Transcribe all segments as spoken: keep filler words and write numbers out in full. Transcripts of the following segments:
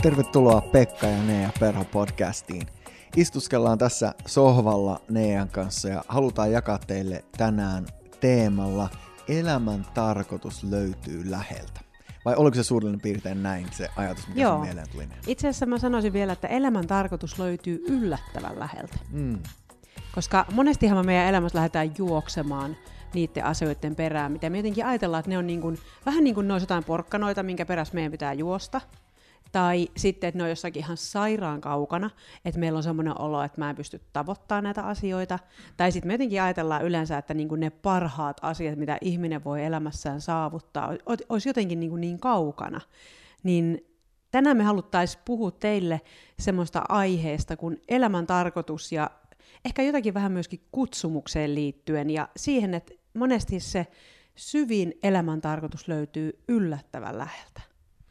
Tervetuloa Pekka ja Nea Perho-podcastiin. Istuskellaan tässä sohvalla Nean kanssa ja halutaan jakaa teille tänään teemalla Elämän tarkoitus löytyy läheltä. Vai oliko se suurin piirtein näin se ajatus, mikä Joo. sun mieleen tuli? Itse asiassa mä sanoisin vielä, että elämän tarkoitus löytyy yllättävän läheltä. Mm. Koska monestihan me meidän elämässä lähdetään juoksemaan niiden asioiden perään, mitä me jotenkin ajatellaan, että ne on niin kuin, vähän niin kuin ne olisi jotain porkkanoita, minkä perässä meidän pitää juosta. Tai sitten, että ne on jossakin ihan sairaan kaukana, että meillä on semmoinen olo, että mä en pysty tavoittamaan näitä asioita. Tai sitten me jotenkin ajatellaan yleensä, että niin kuin ne parhaat asiat, mitä ihminen voi elämässään saavuttaa, olisi jotenkin niin, kuin niin kaukana. Niin tänään me haluttaisiin puhua teille semmoista aiheesta kuin elämän tarkoitus ja ehkä jotakin vähän myöskin kutsumukseen liittyen ja siihen, että monesti se syvin elämän tarkoitus löytyy yllättävän läheltä.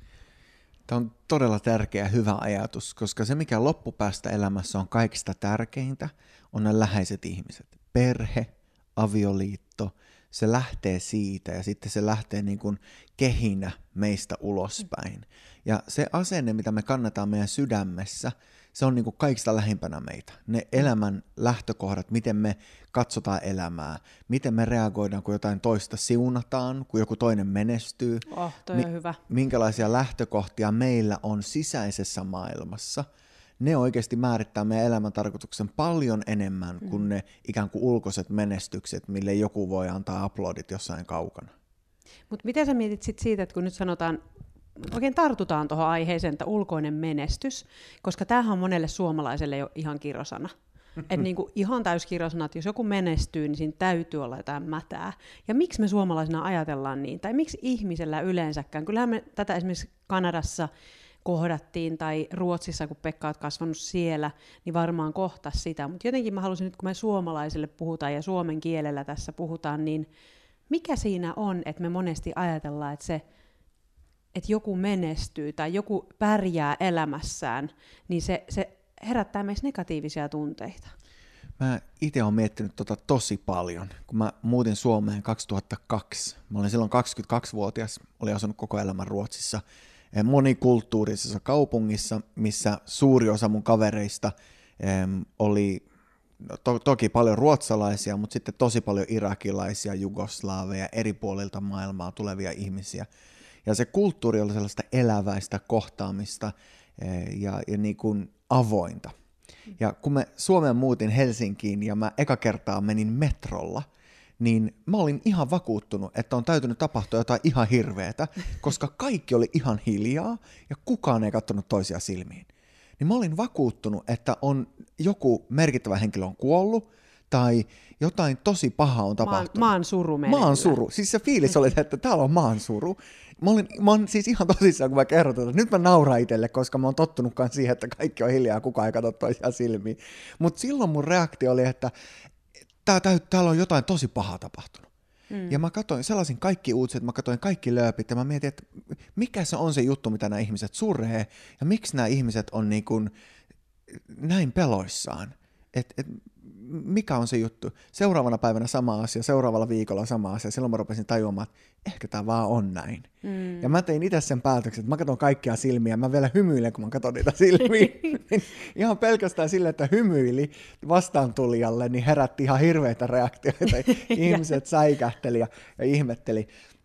Tämä on todella tärkeä ja hyvä ajatus, koska se mikä loppupäästä elämässä on kaikista tärkeintä, on ne läheiset ihmiset. Perhe, avioliitto, se lähtee siitä ja sitten se lähtee niin kuin kehinä meistä ulospäin. Ja se asenne, mitä me kannetaan meidän sydämessä, se on niin kuin kaikista lähimpänä meitä. Ne elämän lähtökohdat, miten me katsotaan elämää, miten me reagoidaan, kun jotain toista siunataan, kun joku toinen menestyy. Oh, toi on Mi- hyvä. Minkälaisia lähtökohtia meillä on sisäisessä maailmassa. Ne oikeasti määrittää meidän elämän tarkoituksen paljon enemmän mm. kuin ne ikään kuin ulkoiset menestykset, mille joku voi antaa aplodit jossain kaukana. Mutta miten sä mietit sit siitä, että kun nyt sanotaan, oikein tartutaan tuohon aiheeseen, että ulkoinen menestys, koska tämähän on monelle suomalaiselle jo ihan kirosana. Että niinku ihan täys kirosana, että jos joku menestyy, niin siinä täytyy olla jotain mätää. Ja miksi me suomalaisina ajatellaan niin? Tai miksi ihmisellä yleensäkään? Kyllähän me tätä esimerkiksi Kanadassa kohdattiin, tai Ruotsissa, kun Pekka olet kasvanut siellä, niin varmaan kohta sitä. Mutta jotenkin mä halusin nyt, kun me suomalaisille puhutaan ja suomen kielellä tässä puhutaan, niin mikä siinä on, että me monesti ajatellaan, että se että joku menestyy tai joku pärjää elämässään, niin se, se herättää meissä negatiivisia tunteita. Mä itse olen miettinyt tota tosi paljon. Kun mä muutin Suomeen kaksituhattakaksi, mä olin silloin kaksikymmentäkaksivuotias, olin asunut koko elämän Ruotsissa, monikulttuurisessa kaupungissa, missä suuri osa mun kavereista äm, oli to- toki paljon ruotsalaisia, mutta sitten tosi paljon irakilaisia, jugoslaaveja, eri puolilta maailmaa tulevia ihmisiä. Ja se kulttuuri oli sellaista eläväistä kohtaamista ja, ja niin kuin avointa. Ja kun mä Suomeen muutin Helsinkiin ja mä eka kertaa menin metrolla, niin mä olin ihan vakuuttunut, että on täytynyt tapahtua jotain ihan hirveätä, koska kaikki oli ihan hiljaa ja kukaan ei katsonut toisia silmiin. Niin mä olin vakuuttunut, että on joku merkittävä henkilö on kuollut, tai jotain tosi pahaa on tapahtunut. Maan, maan suru meneillään. Maan suru. Siis se fiilis oli, että täällä on maan suru. Mä olin, mä olin siis ihan tosissaan, kun mä kerron tätä. Nyt mä nauraan itselle, koska mä oon tottunutkaan siihen, että kaikki on hiljaa ja kukaan ei katso toisiaan silmiin. Mutta silloin mun reaktio oli, että tää, tää, täällä on jotain tosi pahaa tapahtunut. Mm. Ja mä katsoin, sellaisin kaikki uutiset, mä katsoin kaikki lööpit ja mä mietin, että mikä se on se juttu, mitä nämä ihmiset suree ja miksi nämä ihmiset on niin kuin näin peloissaan. Et, et, mikä on se juttu? Seuraavana päivänä sama asia, seuraavalla viikolla sama asia. Silloin mä rupesin tajuamaan, että ehkä tämä vaan on näin. Mm. Ja mä tein itse sen päätöksen, että mä katson kaikkia silmiä. Mä vielä hymyilen, kun mä katson niitä silmiä. Ihan pelkästään sille, että hymyili vastaantulijalle, niin herätti ihan hirveitä reaktioita. Ihmiset säikähteli ja, ja ihmetteli.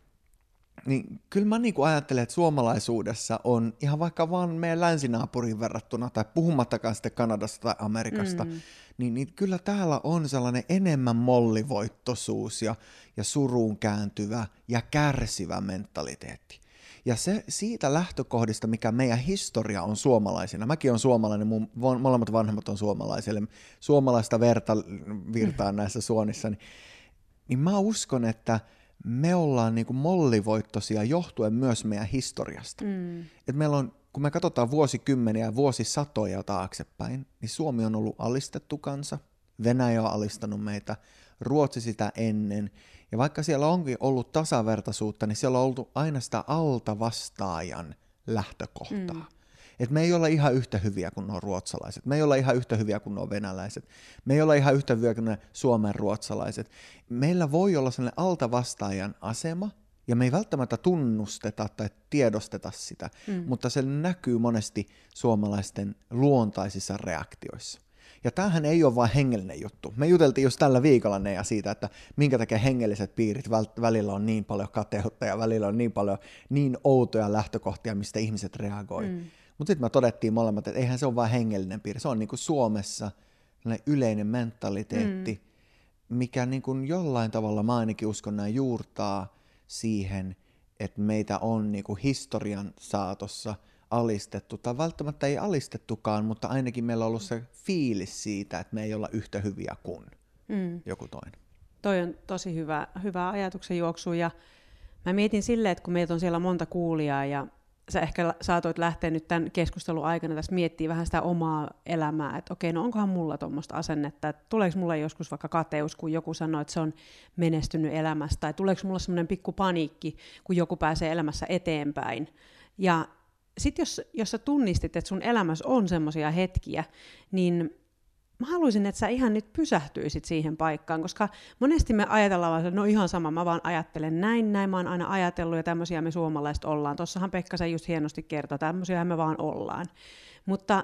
Niin kyllä mä niinku ajattelen, että suomalaisuudessa on ihan vaikka vaan meidän länsinaapuriin verrattuna, tai puhumattakaan sitten Kanadasta tai Amerikasta, mm. niin, niin kyllä täällä on sellainen enemmän mollivoittoisuus ja, ja suruun kääntyvä ja kärsivä mentaliteetti. Ja se siitä lähtökohdista, mikä meidän historia on suomalaisina. Mäkin olen suomalainen, mun molemmat vanhemmat on suomalaisille. Suomalaista verta virtaa mm. näissä suonissa. Niin, niin mä uskon, että me ollaan niin kuin mollivoittoisia johtuen myös meidän historiasta. Mm. Et meillä on, kun me katsotaan vuosikymmeniä ja vuosisatoja taaksepäin, niin Suomi on ollut alistettu kansa, Venäjä on alistanut meitä, Ruotsi sitä ennen. Ja vaikka siellä onkin ollut tasavertaisuutta, niin siellä on ollut aina sitä altavastaajan lähtökohtaa. Mm. Et me ei olla ihan yhtä hyviä kuin nuo ruotsalaiset, me ei olla ihan yhtä hyviä kuin nuo venäläiset, me ei olla ihan yhtä hyviä kuin ne Suomen ruotsalaiset. Meillä voi olla sellainen altavastaajan asema, Ja me ei välttämättä tunnusteta tai tiedosteta sitä, mm. mutta se näkyy monesti suomalaisten luontaisissa reaktioissa. Ja tämähän ei ole vain hengellinen juttu. Me juteltiin just tällä viikolla Nea siitä, että minkä takia hengelliset piirit välillä on niin paljon kateutta ja välillä on niin paljon niin outoja lähtökohtia, mistä ihmiset reagoi. Mm. Mutta sitten me todettiin molemmat, että eihän se ole vain hengellinen piiri. Se on niin kuin Suomessa yleinen mentaliteetti, mm. mikä niin kuin jollain tavalla, mä ainakin uskon näin, juurtaa siihen, että meitä on niin kuin historian saatossa alistettu, tai välttämättä ei alistettukaan, mutta ainakin meillä on ollut se fiilis siitä, että me ei olla yhtä hyviä kuin mm. joku toinen. Toi on tosi hyvä, hyvä ajatuksen juoksu, ja mä mietin silleen, että kun meitä on siellä monta kuulijaa, ja sä ehkä saatoit lähteä nyt tämän keskustelun aikana tässä miettimään vähän sitä omaa elämää, että okei, no onkohan mulla tuommoista asennetta, että tuleeko mulla joskus vaikka kateus, kun joku sanoo, että se on menestynyt elämästä, tai tuleeko mulla semmoinen pikku paniikki, kun joku pääsee elämässä eteenpäin. Ja sitten jos, jos sä tunnistit, että sun elämässä on semmoisia hetkiä, niin mä haluaisin, että sä ihan nyt pysähtyisit siihen paikkaan, koska monesti me ajatellaan vaan, että no ihan sama, mä vaan ajattelen näin, näin mä oon aina ajatellut ja tämmöisiä me suomalaiset ollaan. Tossahan Pekka se just hienosti kertoi, tämmöisiä me vaan ollaan. Mutta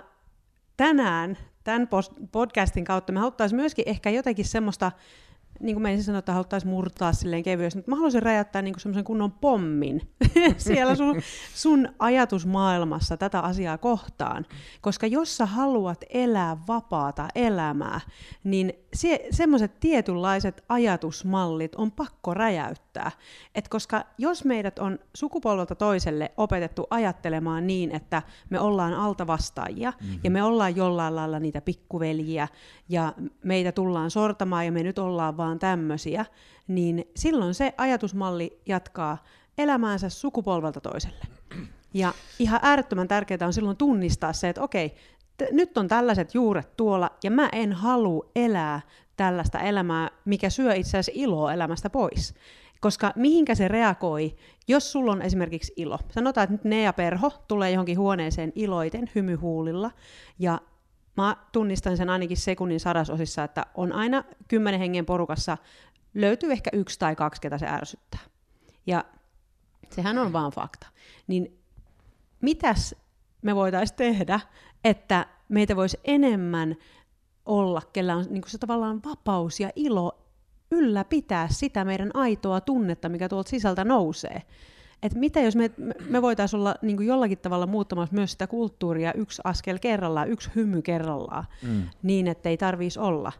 tänään, tämän podcastin kautta me haluttaisiin myöskin ehkä jotenkin semmoista, niin kuin me ensin sanoin, että haluttaisiin murtaa silleen kevyesti, mutta mä haluaisin räjäyttää niin kuin semmoisen kunnon pommin siellä sun, sun ajatusmaailmassa tätä asiaa kohtaan. Koska jos sä haluat elää vapaata elämää, niin se, semmoiset tietynlaiset ajatusmallit on pakko räjäyttää. Et koska jos meidät on sukupolvelta toiselle opetettu ajattelemaan niin, että me ollaan altavastaajia, mm-hmm. ja me ollaan jollain lailla niitä pikkuveljiä, ja meitä tullaan sortamaan, ja me nyt ollaan vaan tämmöisiä, niin silloin se ajatusmalli jatkaa elämäänsä sukupolvelta toiselle. Ja ihan äärettömän tärkeää on silloin tunnistaa se, että okei, t- nyt on tällaiset juuret tuolla, ja mä en halua elää tällaista elämää, mikä syö itse asiassa iloa elämästä pois. Koska mihinkä se reagoi, jos sulla on esimerkiksi ilo. Sanotaan, että nyt Nea Perho tulee johonkin huoneeseen iloiten, hymyhuulilla, ja mä tunnistan sen ainakin sekunnin sadasosissa, että on aina kymmenen hengen porukassa, löytyy ehkä yksi tai kaksi, ketä se ärsyttää. Ja sehän on vaan fakta. Niin mitäs me voitaisiin tehdä, että meitä voisi enemmän olla, kellä on niin kuin se tavallaan vapaus ja ilo ylläpitää sitä meidän aitoa tunnetta, mikä tuolta sisältä nousee. Et mitä jos me, me voitaisiin olla niin kuin jollakin tavalla muuttamassa myös sitä kulttuuria yksi askel kerrallaan, yksi hymy kerrallaan, mm. niin ettei tarvitsisi olla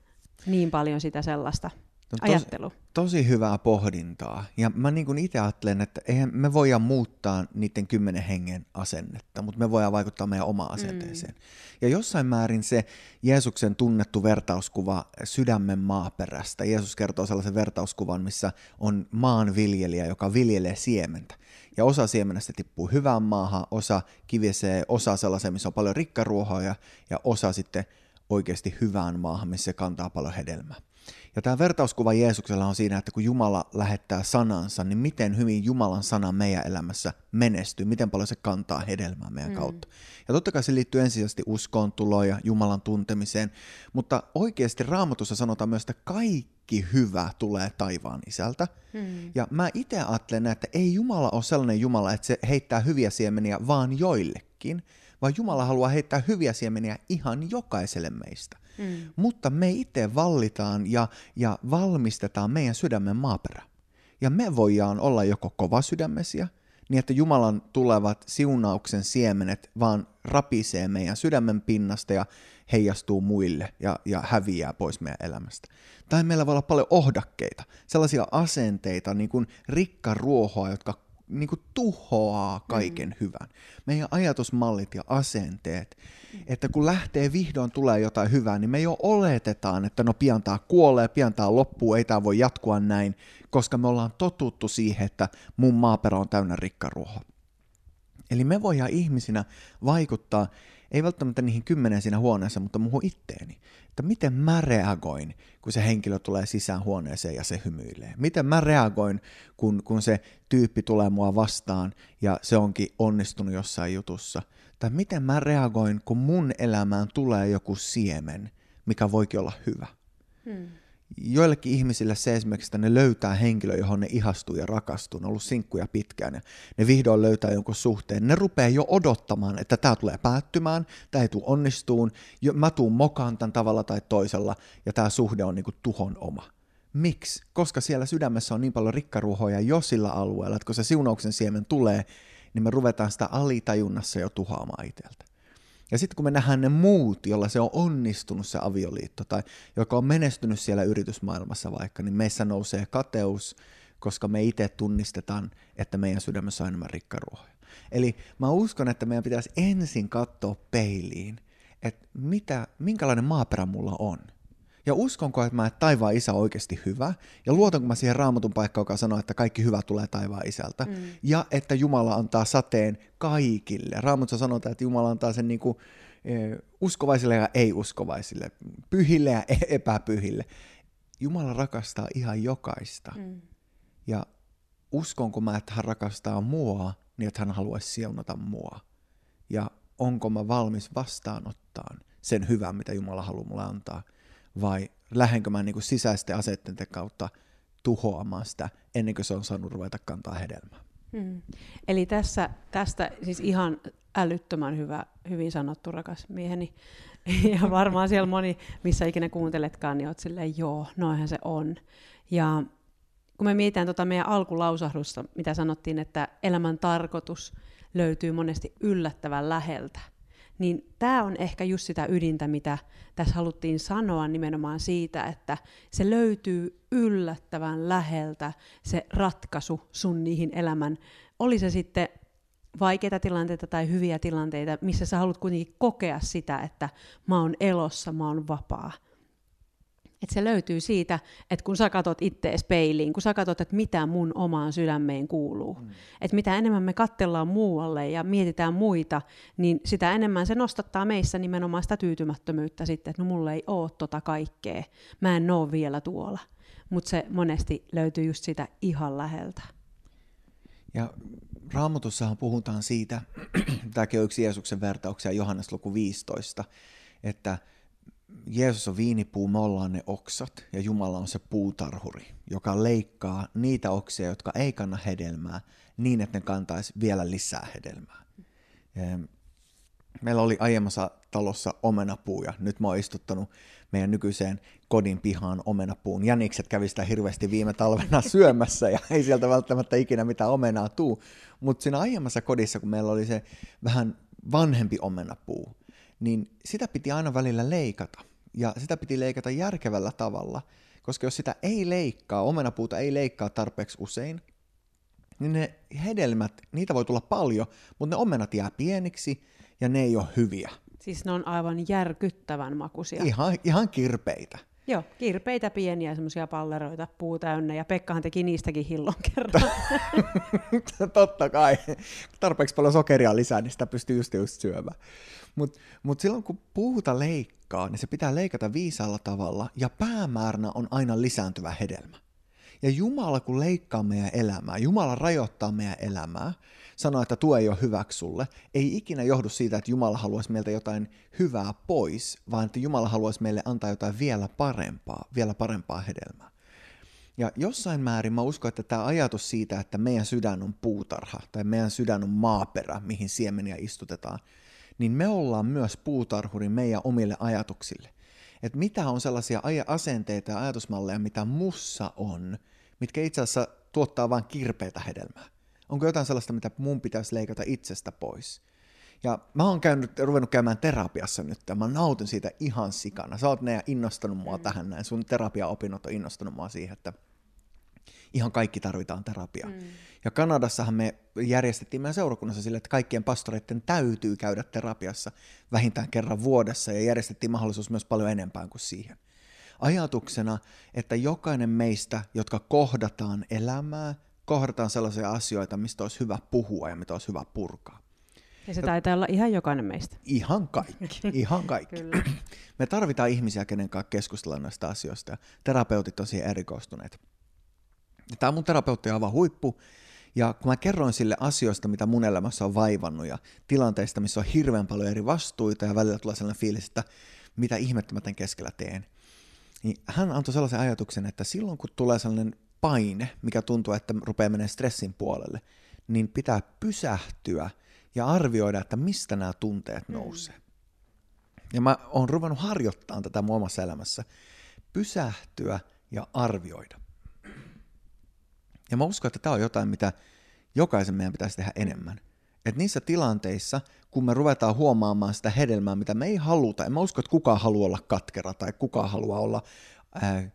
niin paljon sitä sellaista no tos, ajattelua. Tosi hyvää pohdintaa. Ja mä niin kuin itse ajattelen, että eihän me voida muuttaa niiden kymmenen hengen asennetta, mutta me voidaan vaikuttaa meidän omaan asenteeseen. Mm. Ja jossain määrin se Jeesuksen tunnettu vertauskuva sydämen maaperästä. Jeesus kertoo sellaisen vertauskuvan, missä on maanviljelijä, joka viljelee siementä. Ja osa siemenestä tippuu hyvään maahan, osa kivisee, osa sellaiseen, missä on paljon rikkaruohoja, ja osa sitten oikeasti hyvään maahan, missä se kantaa paljon hedelmää. Ja tämä vertauskuva Jeesuksella on siinä, että kun Jumala lähettää sanansa, niin miten hyvin Jumalan sana meidän elämässä menestyy, miten paljon se kantaa hedelmää meidän mm. kautta. Ja totta kai se liittyy ensisijaisesti uskoon, tuloon ja Jumalan tuntemiseen, mutta oikeasti Raamatussa sanotaan myös, että kaikki hyvä tulee taivaan isältä. Mm. Ja mä itse ajattelen, että ei Jumala ole sellainen Jumala, että se heittää hyviä siemeniä vaan joillekin, vaan Jumala haluaa heittää hyviä siemeniä ihan jokaiselle meistä. Mm. Mutta me itse vallitaan ja, ja valmistetaan meidän sydämen maaperä. Ja me voidaan olla joko kovasydämisiä, niin että Jumalan tulevat siunauksen siemenet vaan rapisee meidän sydämen pinnasta ja heijastuu muille ja, ja häviää pois meidän elämästä. Tai meillä voi olla paljon ohdakkeita, sellaisia asenteita, niin kuin rikkaruohoa, jotka niin kuin tuhoaa kaiken mm. hyvän. Meidän ajatusmallit ja asenteet, mm. että kun lähtee vihdoin tulee jotain hyvää, niin me jo oletetaan, että no pian tää kuolee, pian tää loppuu, ei tää voi jatkua näin, koska me ollaan totuttu siihen, että mun maaperä on täynnä rikkaruohoa. Eli me voidaan ihmisinä vaikuttaa, ei välttämättä niihin kymmenen siinä huoneessa, mutta muuhun itteeni. Että miten mä reagoin, kun se henkilö tulee sisään huoneeseen ja se hymyilee. Miten mä reagoin, kun, kun se tyyppi tulee mua vastaan ja se onkin onnistunut jossain jutussa. Tai miten mä reagoin, kun mun elämään tulee joku siemen, mikä voikin olla hyvä. Hmm. joillekin ihmisille se esimerkiksi, että ne löytää henkilö, johon ne ihastuu ja rakastuu, ne on ollut sinkkuja pitkään ja ne vihdoin löytää jonkun suhteen, ne rupeaa jo odottamaan, että tämä tulee päättymään, tämä ei tule onnistuun, mä tuun mokaan tämän tavalla tai toisella ja tämä suhde on niinku tuhon oma. Miksi? Koska siellä sydämessä on niin paljon rikkaruohoja jo sillä alueella, että kun se siunauksen siemen tulee, niin me ruvetaan sitä alitajunnassa jo tuhoamaan itseltä. Ja sitten kun me nähdään ne muut, jolla se on onnistunut se avioliitto, tai joka on menestynyt siellä yritysmaailmassa vaikka, niin meissä nousee kateus, koska me itse tunnistetaan, että meidän sydämessä on enemmän rikkaruohoja. Eli mä uskon, että meidän pitäisi ensin katsoa peiliin, että mitä, minkälainen maaperä mulla on. Ja uskonko, että mä että taivaan isä on oikeasti hyvä, ja luotanko mä siihen Raamatun paikkaan, joka sanoo, että kaikki hyvä tulee taivaan isältä, mm. ja että Jumala antaa sateen kaikille. Raamatussa sanotaan, että Jumala antaa sen niin kuin, eh, uskovaisille ja ei-uskovaisille, pyhille ja epäpyhille. Jumala rakastaa ihan jokaista. Mm. Ja uskonko mä, että hän rakastaa mua, niin että hän haluaisi siunata mua. Ja onko mä valmis vastaanottaan sen hyvän, mitä Jumala haluaa mulle antaa. Vai lähdenkö mä niinku sisäisten asetteiden kautta tuhoamaan sitä ennen kuin se on saanut ruveta kantaa hedelmää. Hmm. Eli tässä, tästä siis ihan älyttömän hyvä, hyvin sanottu, rakas mieheni. Ja varmaan siellä moni, missä ikinä kuunteletkaan, niin oot silleen, joo, noinhan se on. Ja kun me mietitään tota meidän alkulausahdusta, mitä sanottiin, että elämän tarkoitus löytyy monesti yllättävän läheltä, niin tämä on ehkä just sitä ydintä, mitä tässä haluttiin sanoa nimenomaan siitä, että se löytyy yllättävän läheltä se ratkaisu sun niihin elämän, oli se sitten vaikeita tilanteita tai hyviä tilanteita, missä sä haluat kuitenkin kokea sitä, että mä oon elossa, mä oon vapaa. Että se löytyy siitä, että kun sä katot ittees peiliin, kun sä katot, että mitä mun omaan sydämeen kuuluu. Mm. Että mitä enemmän me katsellaan muualle ja mietitään muita, niin sitä enemmän se nostattaa meissä nimenomaan sitä tyytymättömyyttä sitten, että no mulla ei oo tota kaikkea, mä en oo vielä tuolla. Mutta se monesti löytyy just sitä ihan läheltä. Ja Raamatussahan puhutaan siitä, tämäkin on yksi Jeesuksen vertauksia, Johannes luku viisitoista, että Jeesus on viinipuu, me ollaan ne oksat ja Jumala on se puutarhuri, joka leikkaa niitä oksia, jotka ei kanna hedelmää, niin että ne kantaisi vielä lisää hedelmää. Meillä oli aiemmassa talossa omenapuu ja nyt mä oon istuttanut meidän nykyiseen kodin pihaan omenapuun. Jänikset kävi sitä hirveästi viime talvena syömässä ja ei sieltä välttämättä ikinä mitään omenaa tuu. Mutta siinä aiemmassa kodissa, kun meillä oli se vähän vanhempi omenapuu, niin sitä piti aina välillä leikata. Ja sitä piti leikata järkevällä tavalla, koska jos sitä ei leikkaa, omenapuuta ei leikkaa tarpeeksi usein, niin ne hedelmät, niitä voi tulla paljon, mutta ne omenat jää pieniksi ja ne ei ole hyviä. Siis ne on aivan järkyttävän makuisia. Ihan, ihan kirpeitä. Joo, kirpeitä pieniä semmoisia palleroita, puu täynnä, ja Pekkahan teki niistäkin hillon kerran. Totta kai. Tarpeeksi paljon sokeria lisää, niin sitä pystyy just, just syömään. Mutta mut silloin kun puuta leikkaa, niin se pitää leikata viisaalla tavalla, ja päämääränä on aina lisääntyvä hedelmä. Ja Jumala, kun leikkaa meidän elämää, Jumala rajoittaa meidän elämää, sanoo, että tuo ei ole hyväksi sulle, ei ikinä johdu siitä, että Jumala haluaisi meiltä jotain hyvää pois, vaan että Jumala haluaisi meille antaa jotain vielä parempaa, vielä parempaa hedelmää. Ja jossain määrin mä uskon, että tämä ajatus siitä, että meidän sydän on puutarha tai meidän sydän on maaperä, mihin siemeniä istutetaan, niin me ollaan myös puutarhuri meidän omille ajatuksille. Että mitä on sellaisia asenteita ja ajatusmalleja, mitä mussa on, mitkä itse asiassa tuottaa vain kirpeitä hedelmää. Onko jotain sellaista, mitä mun pitäisi leikata itsestä pois? Ja mä oon käynyt, ruvennut käymään terapiassa nyt, ja mä nautin siitä ihan sikana. Sä oot ne innostanut mua mm. tähän näin, sun terapiaopinnot on innostanut mua siihen, että ihan kaikki tarvitaan terapiaa. Mm. Ja Kanadassahan me järjestettiin meidän seurakunnassa sille, että kaikkien pastoreiden täytyy käydä terapiassa vähintään kerran vuodessa, ja järjestettiin mahdollisuus myös paljon enempään kuin siihen. Ajatuksena, että jokainen meistä, jotka kohdataan elämää, kohdataan sellaisia asioita, mistä olisi hyvä puhua ja mitä olisi hyvä purkaa. Ja se taitaa olla ihan jokainen meistä. Ihan kaikki, ihan kaikki. Me tarvitaan ihmisiä, kenen kanssa keskustellaan näistä asioista, ja terapeutit on siihen erikoistuneet. Ja tämä mun terapeutti on aivan huippu, ja kun mä kerroin sille asioista, mitä mun elämässä on vaivannut, ja tilanteista, missä on hirveän paljon eri vastuita, ja välillä tulee sellainen fiilis, että mitä ihmettä mä tämän keskellä teen, Niin hän antoi sellaisen ajatuksen, että silloin kun tulee sellainen paine, mikä tuntuu, että rupeaa menemään stressin puolelle, niin pitää pysähtyä ja arvioida, että mistä nämä tunteet nousee. Mm. Ja mä oon ruvennut harjoittamaan tätä mun omassa elämässä. Pysähtyä ja arvioida. Ja mä uskon, että tämä on jotain, mitä jokaisen meidän pitäisi tehdä enemmän. Että niissä tilanteissa, kun me ruvetaan huomaamaan sitä hedelmää, mitä me ei haluta, en mä usko, että kukaan haluaa olla katkera tai kukaan haluaa olla ää,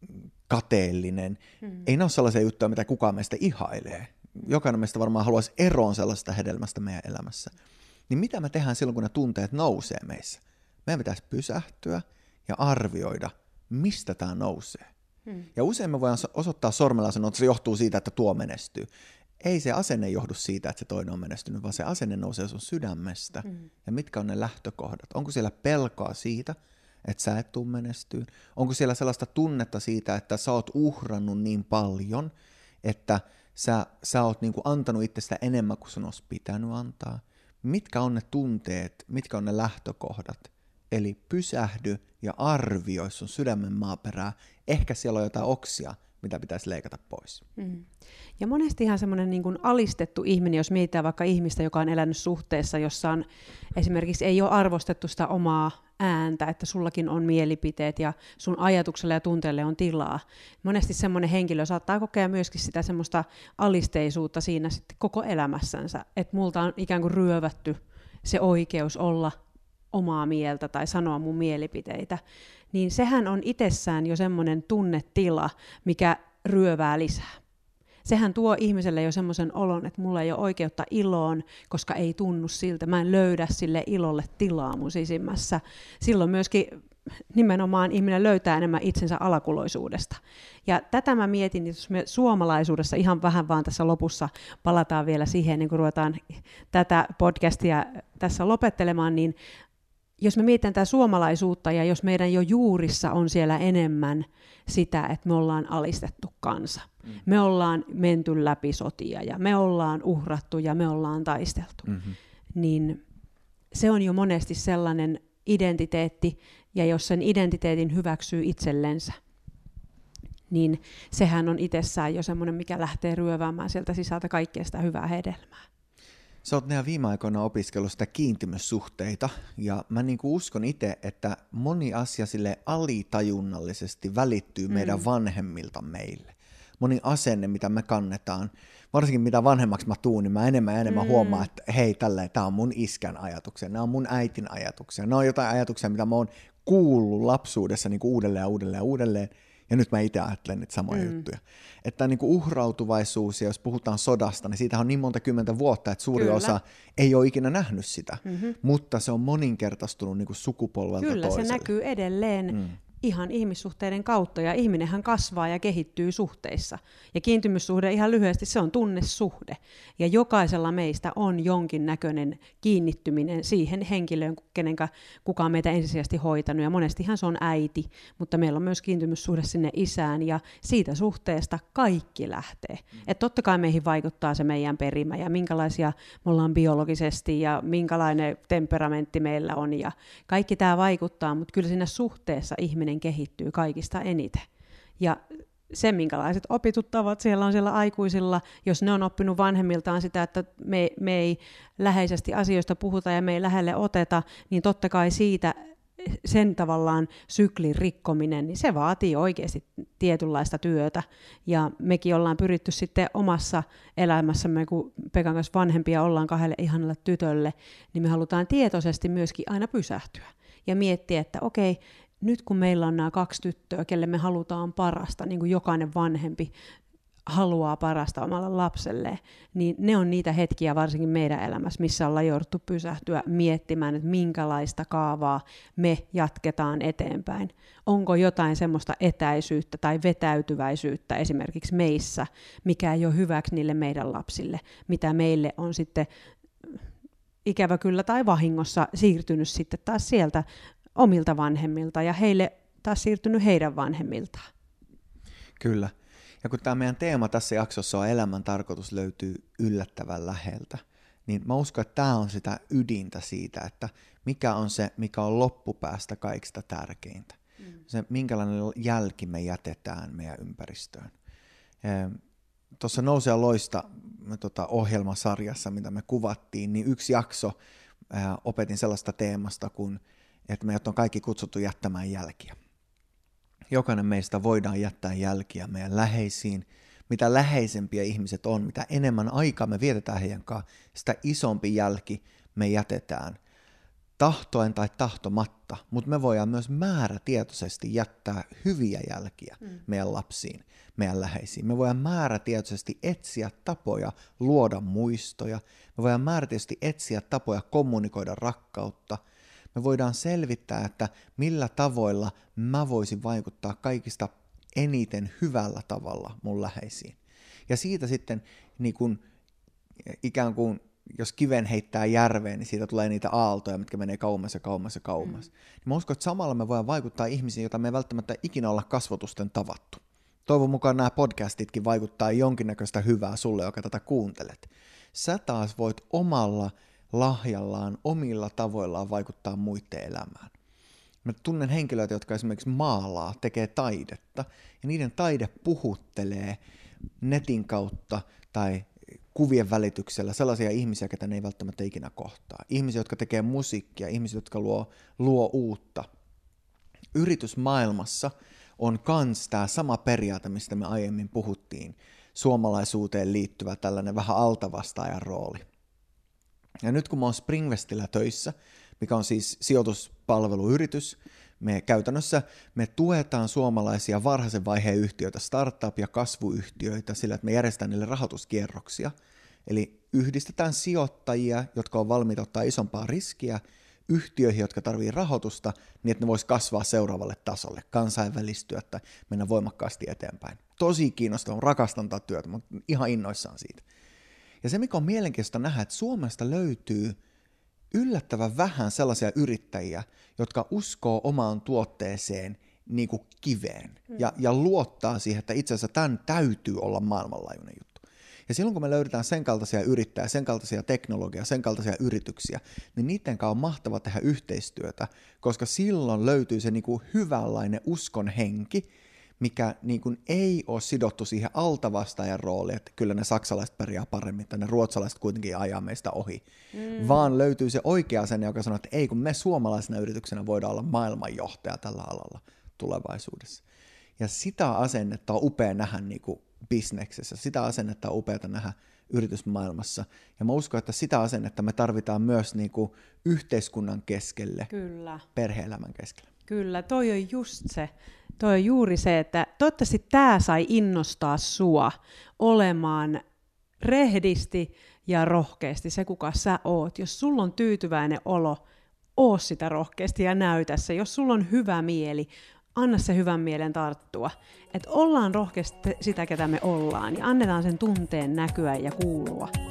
kateellinen. Mm. Ei ne ole sellaisia juttuja, mitä kukaan meistä ihailee. Jokainen meistä varmaan haluaisi eroon sellaista hedelmästä meidän elämässä. Niin mitä me tehdään silloin, kun ne tunteet nousee meissä? Meidän pitäisi pysähtyä ja arvioida, mistä tämä nousee. Hmm. Ja usein me voidaan osoittaa sormella ja sanoa, että se johtuu siitä, että tuo menestyy. Ei se asenne johdu siitä, että se toinen on menestynyt, vaan se asenne nousee sun sydämestä. Hmm. Ja mitkä on ne lähtökohdat? Onko siellä pelkoa siitä, että sä et tule menestyyn? Onko siellä sellaista tunnetta siitä, että sä oot uhrannut niin paljon, että sä, sä oot niinku antanut itsestä enemmän kuin sun olisi pitänyt antaa? Mitkä on ne tunteet, mitkä on ne lähtökohdat? Eli pysähdy ja arvioi sun sydämen maaperää. Ehkä siellä on jotain oksia, mitä pitäisi leikata pois. Mm. Ja monesti ihan semmoinen niin kuin alistettu ihminen, jos mietitään vaikka ihmistä, joka on elänyt suhteessa, jossa on esimerkiksi ei ole arvostettu sitä omaa ääntä, että sullakin on mielipiteet ja sun ajatukselle ja tunteelle on tilaa. Monesti semmoinen henkilö saattaa kokea myöskin sitä semmoista alisteisuutta siinä sitten koko elämässänsä, että multa on ikään kuin ryövätty se oikeus olla omaa mieltä tai sanoa mun mielipiteitä, niin sehän on itsessään jo semmoinen tunnetila, mikä ryövää lisää. Sehän tuo ihmiselle jo semmoisen olon, että mulla ei ole oikeutta iloon, koska ei tunnu siltä. Mä en löydä sille ilolle tilaa mun sisimmässä. Silloin myöskin nimenomaan ihminen löytää enemmän itsensä alakuloisuudesta. Ja tätä mä mietin, että jos me suomalaisuudessa ihan vähän vaan tässä lopussa palataan vielä siihen, niin kun ruvetaan tätä podcastia tässä lopettelemaan, niin jos me mietitään tätä suomalaisuutta ja jos meidän jo juurissa on siellä enemmän sitä, että me ollaan alistettu kansa, mm. me ollaan menty läpi sotia ja me ollaan uhrattu ja me ollaan taisteltu, mm-hmm. niin se on jo monesti sellainen identiteetti, ja jos sen identiteetin hyväksyy itsellensä, niin sehän on itsessään jo semmoinen, mikä lähtee ryöväämään sieltä sisältä kaikkea sitä hyvää hedelmää. Sä oot nämä viime aikoina opiskellut sitä kiintymyssuhteita, ja mä niinku uskon itse, että moni asia sille alitajunnallisesti välittyy mm. meidän vanhemmilta meille. Moni asenne, mitä me kannetaan, varsinkin mitä vanhemmaksi mä tuun, niin mä enemmän ja enemmän mm. huomaan, että hei, tälleen, tää on mun iskän ajatuksia, nämä on mun äitin ajatuksia, nämä on jotain ajatuksia, mitä mä oon kuullut lapsuudessa niin kuin uudelleen ja uudelleen ja uudelleen, ja nyt mä itse ajattelen niitä samoja mm. juttuja. Että niin kuin uhrautuvaisuus, ja jos puhutaan sodasta, niin siitä on niin monta kymmentä vuotta, että suuri Kyllä. osa ei ole ikinä nähnyt sitä, mm-hmm. mutta se on moninkertaistunut niin kuin sukupolvelta Kyllä, toiselle. Se näkyy edelleen mm. ihan ihmissuhteiden kautta, ja ihminenhän kasvaa ja kehittyy suhteissa. Ja kiintymyssuhde ihan lyhyesti, se on tunnesuhde. Ja jokaisella meistä on jonkin näköinen kiinnittyminen siihen henkilöön, kenenkä kukaan meitä ensisijaisesti hoitanut. Ja monestihan se on äiti, mutta meillä on myös kiintymyssuhde sinne isään, ja siitä suhteesta kaikki lähtee. Mm. Että totta kai meihin vaikuttaa se meidän perimä, ja minkälaisia me ollaan biologisesti, ja minkälainen temperamentti meillä on, ja kaikki tämä vaikuttaa, mutta kyllä siinä suhteessa ihminen kehittyy kaikista eniten. Ja se, minkälaiset opitut tavat siellä on siellä aikuisilla, jos ne on oppinut vanhemmiltaan sitä, että me, me ei läheisesti asioista puhuta ja me ei lähelle oteta, niin totta kai siitä sen tavallaan syklin rikkominen, niin se vaatii oikeasti tietynlaista työtä. Ja mekin ollaan pyritty sitten omassa elämässämme, kun Pekan kanssa vanhempia ollaan kahdelle ihanalle tytölle, niin me halutaan tietoisesti myöskin aina pysähtyä ja miettiä, että okei, nyt kun meillä on nämä kaksi tyttöä, kelle me halutaan parasta, niin kuin jokainen vanhempi haluaa parasta omalle lapselleen, niin ne on niitä hetkiä varsinkin meidän elämässä, missä ollaan jouduttu pysähtyä miettimään, että minkälaista kaavaa me jatketaan eteenpäin. Onko jotain semmoista etäisyyttä tai vetäytyväisyyttä esimerkiksi meissä, mikä ei ole hyväksi niille meidän lapsille, mitä meille on sitten ikävä kyllä tai vahingossa siirtynyt sitten taas sieltä omilta vanhemmilta ja heille taas siirtynyt heidän vanhemmiltaan. Kyllä. Ja kun tämä meidän teema tässä jaksossa on elämän tarkoitus löytyy yllättävän läheltä, niin mä uskon, että tämä on sitä ydintä siitä, että mikä on se, mikä on loppupäästä kaikista tärkeintä. Mm. Se, minkälainen jälki me jätetään meidän ympäristöön. Tuossa Nousea loista tota, ohjelmasarjassa, mitä me kuvattiin, niin yksi jakso ää, opetin sellaista teemasta, kun, että meidät on kaikki kutsuttu jättämään jälkiä. Jokainen meistä voidaan jättää jälkiä meidän läheisiin. Mitä läheisempiä ihmiset on, mitä enemmän aikaa me vietetään heidän kanssaan, sitä isompi jälki me jätetään. Tahtoen tai tahtomatta, mutta me voidaan myös määrätietoisesti jättää hyviä jälkiä mm. meidän lapsiin, meidän läheisiin. Me voidaan määrätietoisesti etsiä tapoja luoda muistoja. Me voidaan määrätietoisesti etsiä tapoja kommunikoida rakkautta. Me voidaan selvittää, että millä tavoilla mä voisin vaikuttaa kaikista eniten hyvällä tavalla mun läheisiin. Ja siitä sitten niin kun, ikään kuin jos kiven heittää järveen, niin siitä tulee niitä aaltoja, mitkä menee kauemmas ja kauemmas ja kauemmas. Mm. Niin mä uskon, että samalla me voidaan vaikuttaa ihmisiin, joita me ei välttämättä ikinä olla kasvotusten tavattu. Toivon mukaan nämä podcastitkin vaikuttaa jonkinnäköistä hyvää sulle, joka tätä kuuntelet. Sä taas voit omalla lahjallaan, omilla tavoillaan vaikuttaa muiden elämään. Mä tunnen henkilöitä, jotka esimerkiksi maalaa, tekee taidetta, ja niiden taide puhuttelee netin kautta tai kuvien välityksellä sellaisia ihmisiä, ketä ne ei välttämättä ikinä kohtaa. Ihmisiä, jotka tekee musiikkia, ihmisiä, jotka luo, luo uutta. Yritysmaailmassa on kans tämä sama periaate, mistä me aiemmin puhuttiin, suomalaisuuteen liittyvä tällainen vähän altavastaajan rooli. Ja nyt kun mä oon Springvestillä töissä, mikä on siis sijoituspalveluyritys, me käytännössä me tuetaan suomalaisia varhaisen vaiheen yhtiöitä, startup- ja kasvuyhtiöitä sillä, että me järjestetään niille rahoituskierroksia. Eli yhdistetään sijoittajia, jotka on valmiita ottaa isompaa riskiä, yhtiöihin, jotka tarvitsevat rahoitusta, niin että ne vois kasvaa seuraavalle tasolle, kansainvälistyä tai mennä voimakkaasti eteenpäin. Tosi kiinnostavaa, rakastan tätä työtä, mutta ihan innoissaan siitä. Ja se, mikä on mielenkiintoista nähdä, että Suomesta löytyy yllättävän vähän sellaisia yrittäjiä, jotka uskoo omaan tuotteeseen niin kuin kiveen mm. ja, ja luottaa siihen, että itse asiassa tämän täytyy olla maailmanlaajuinen juttu. Ja silloin kun me löydetään sen kaltaisia yrittäjiä, sen kaltaisia teknologiaa, sen kaltaisia yrityksiä, niin niiden kanssa on mahtava tehdä yhteistyötä, koska silloin löytyy se niin kuin hyvänlainen uskon henki, mikä niin kuin ei ole sidottu siihen altavastaajan rooliin, että kyllä ne saksalaiset pärjää paremmin, tai ne ruotsalaiset kuitenkin ajaa meistä ohi, mm. vaan löytyy se oikea asenne, joka sanoo, että ei, kun me suomalaisena yrityksenä voidaan olla maailmanjohtaja tällä alalla tulevaisuudessa. Ja sitä asennetta on upea nähdä niin kuin bisneksessä, sitä asennetta on upeata nähdä yritysmaailmassa, ja mä uskon, että sitä asennetta me tarvitaan myös niin kuin yhteiskunnan keskelle, kyllä. perhe-elämän keskelle. Kyllä, toi on just se. Toi on juuri se, että toivottavasti tämä sai innostaa sua olemaan rehdisti ja rohkeasti se, kuka sä oot. Jos sulla on tyytyväinen olo, oo sitä rohkeasti ja näytä se. Jos sulla on hyvä mieli, anna se hyvän mielen tarttua. Että ollaan rohkeasti sitä, ketä me ollaan, ja annetaan sen tunteen näkyä ja kuulua.